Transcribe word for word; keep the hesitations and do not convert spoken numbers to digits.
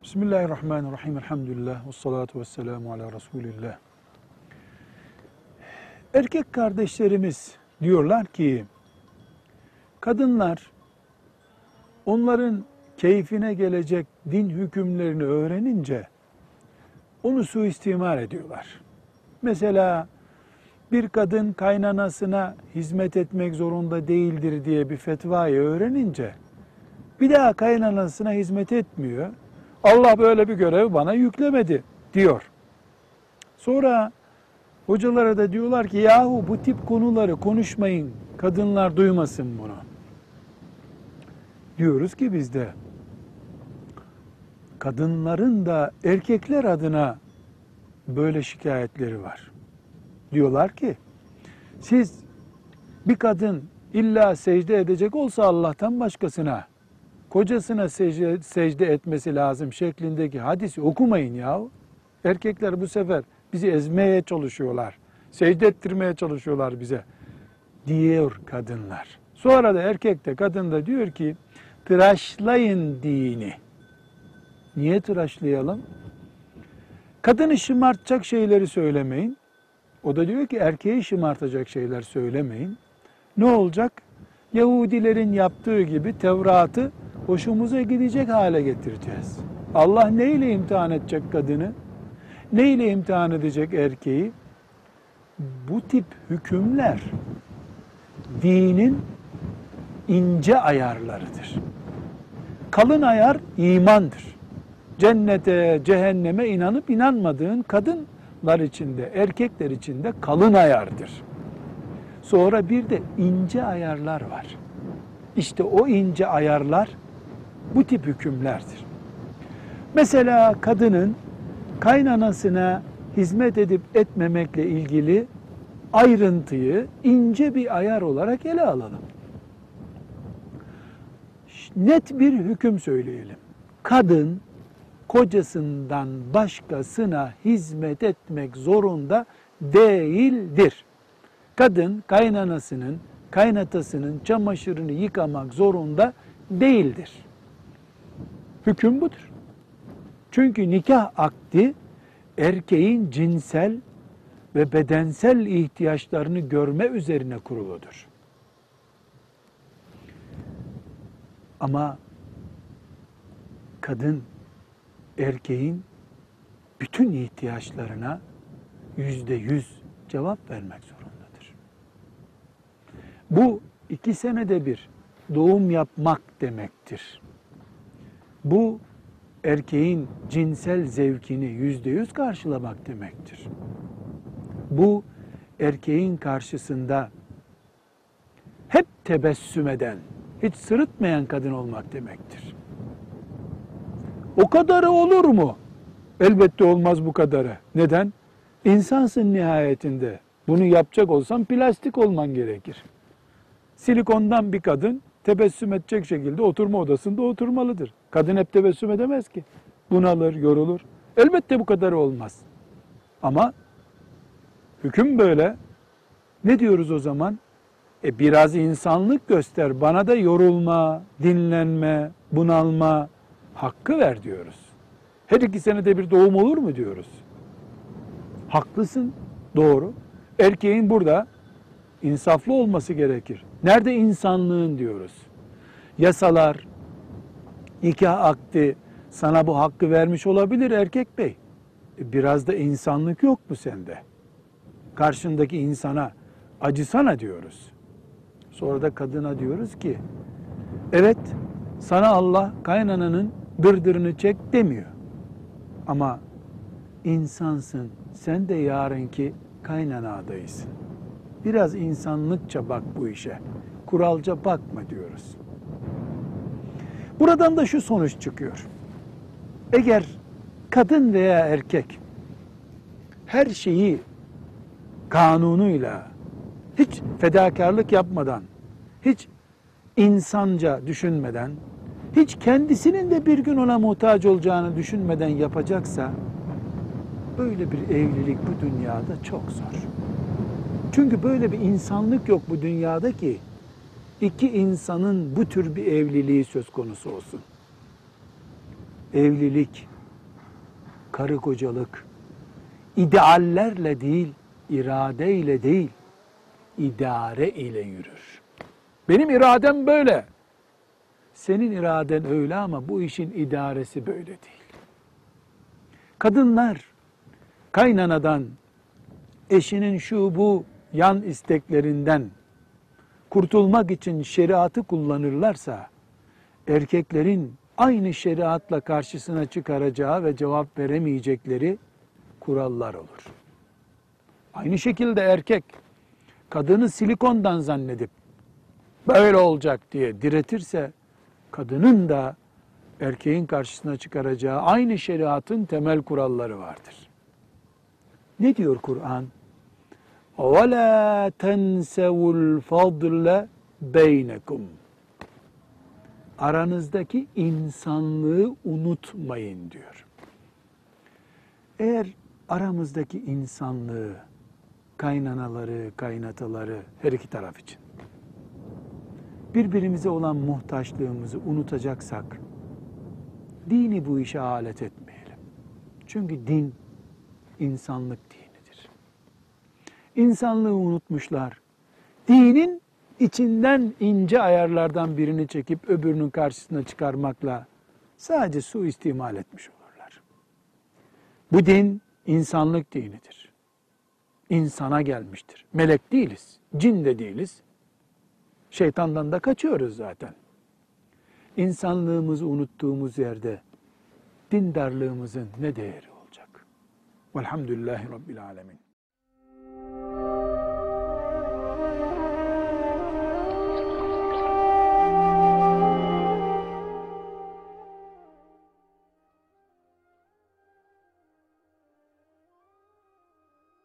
Bismillahirrahmanirrahim. Elhamdülillah. Vessalatu vesselamu ala Resulillah. Erkek kardeşlerimiz diyorlar ki, kadınlar onların keyfine gelecek din hükümlerini öğrenince onu suistimal ediyorlar. Mesela bir kadın kaynanasına hizmet etmek zorunda değildir diye bir fetvayı öğrenince bir daha kaynanasına hizmet etmiyor. Allah böyle bir görev bana yüklemedi diyor. Sonra hocalara da diyorlar ki yahu bu tip konuları konuşmayın, kadınlar duymasın bunu. Diyoruz ki biz de kadınların da erkekler adına böyle şikayetleri var. Diyorlar ki siz bir kadın illa secde edecek olsa Allah'tan başkasına, kocasına secde, secde etmesi lazım şeklindeki hadisi okumayın yahu. Erkekler bu sefer bizi ezmeye çalışıyorlar, secde ettirmeye çalışıyorlar bize diyor kadınlar. Sonra da erkek de kadın da diyor ki tıraşlayın dini. Niye tıraşlayalım? Kadını şımartacak şeyleri söylemeyin. O da diyor ki erkeği şımartacak şeyler söylemeyin. Ne olacak? Yahudilerin yaptığı gibi Tevrat'ı hoşumuza gidecek hale getireceğiz. Allah neyle imtihan edecek kadını? Neyle imtihan edecek erkeği? Bu tip hükümler dinin ince ayarlarıdır. Kalın ayar imandır. Cennete, cehenneme inanıp inanmadığın kadınlar içinde, erkekler içinde kalın ayardır. Sonra bir de ince ayarlar var. İşte o ince ayarlar bu tip hükümlerdir. Mesela kadının kaynanasına hizmet edip etmemekle ilgili ayrıntıyı ince bir ayar olarak ele alalım. Net bir hüküm söyleyelim. Kadın kocasından başkasına hizmet etmek zorunda değildir. Kadın kaynanasının, kaynatasının çamaşırını yıkamak zorunda değildir. Hüküm budur. Çünkü nikah akdi erkeğin cinsel ve bedensel ihtiyaçlarını görme üzerine kuruludur. Ama kadın erkeğin bütün ihtiyaçlarına yüzde yüz cevap vermek zorundadır. Bu iki senede bir doğum yapmak demektir. Bu erkeğin cinsel zevkini yüzde yüz karşılamak demektir. Bu erkeğin karşısında hep tebessüm eden, hiç sırıtmayan kadın olmak demektir. O kadarı olur mu? Elbette olmaz bu kadarı. Neden? İnsansın nihayetinde. Bunu yapacak olsan plastik olman gerekir. Silikondan bir kadın tebessüm edecek şekilde oturma odasında oturmalıdır. Kadın hep tebessüm edemez ki. Bunalır, yorulur. Elbette bu kadarı olmaz. Ama hüküm böyle. Ne diyoruz o zaman? E biraz insanlık göster. Bana da yorulma, dinlenme, bunalma hakkı ver diyoruz. Her iki senede bir doğum olur mu diyoruz. Haklısın, doğru. Erkeğin burada insaflı olması gerekir. Nerede insanlığın diyoruz. Yasalar, nikah akdi sana bu hakkı vermiş olabilir erkek bey. E biraz da insanlık yok mu sende? Karşındaki insana acısana diyoruz. Sonra da kadına diyoruz ki, evet sana Allah kaynananın dırdırını çek demiyor. Ama insansın, sen de yarınki kaynana adaysın. Biraz insanlıkça bak bu işe, kuralca bakma diyoruz. Buradan da şu sonuç çıkıyor. Eğer kadın veya erkek her şeyi kanunuyla, hiç fedakarlık yapmadan, hiç insanca düşünmeden, hiç kendisinin de bir gün ona muhtaç olacağını düşünmeden yapacaksa, böyle bir evlilik bu dünyada çok zor. Çünkü böyle bir insanlık yok bu dünyada ki, iki insanın bu tür bir evliliği söz konusu olsun. Evlilik karı kocalık ideallerle değil, iradeyle değil, idare ile yürür. Benim iradem böyle. Senin iraden öyle ama bu işin idaresi böyle değil. Kadınlar kaynanadan, eşinin şu bu yan isteklerinden kurtulmak için şeriatı kullanırlarsa, erkeklerin aynı şeriatla karşısına çıkaracağı ve cevap veremeyecekleri kurallar olur. Aynı şekilde erkek, kadını silikondan zannedip böyle olacak diye diretirse, kadının da erkeğin karşısına çıkaracağı aynı şeriatın temel kuralları vardır. Ne diyor Kur'an? وَلَا تَنْسَوُ الْفَضْلَ بَيْنَكُمْ Aranızdaki insanlığı unutmayın diyor. Eğer aramızdaki insanlığı, kaynanaları, kaynataları, her iki taraf için birbirimize olan muhtaçlığımızı unutacaksak, dini bu işe alet etmeyelim. Çünkü din, insanlık dinidir. İnsanlığı unutmuşlar. Dinin içinden ince ayarlardan birini çekip öbürünün karşısına çıkarmakla sadece suistimal etmiş olurlar. Bu din, insanlık dinidir. İnsana gelmiştir. Melek değiliz, cin de değiliz. Şeytandan da kaçıyoruz zaten. İnsanlığımızı unuttuğumuz yerde dindarlığımızın ne değeri olacak? Velhamdülillahi Rabbil Alemin.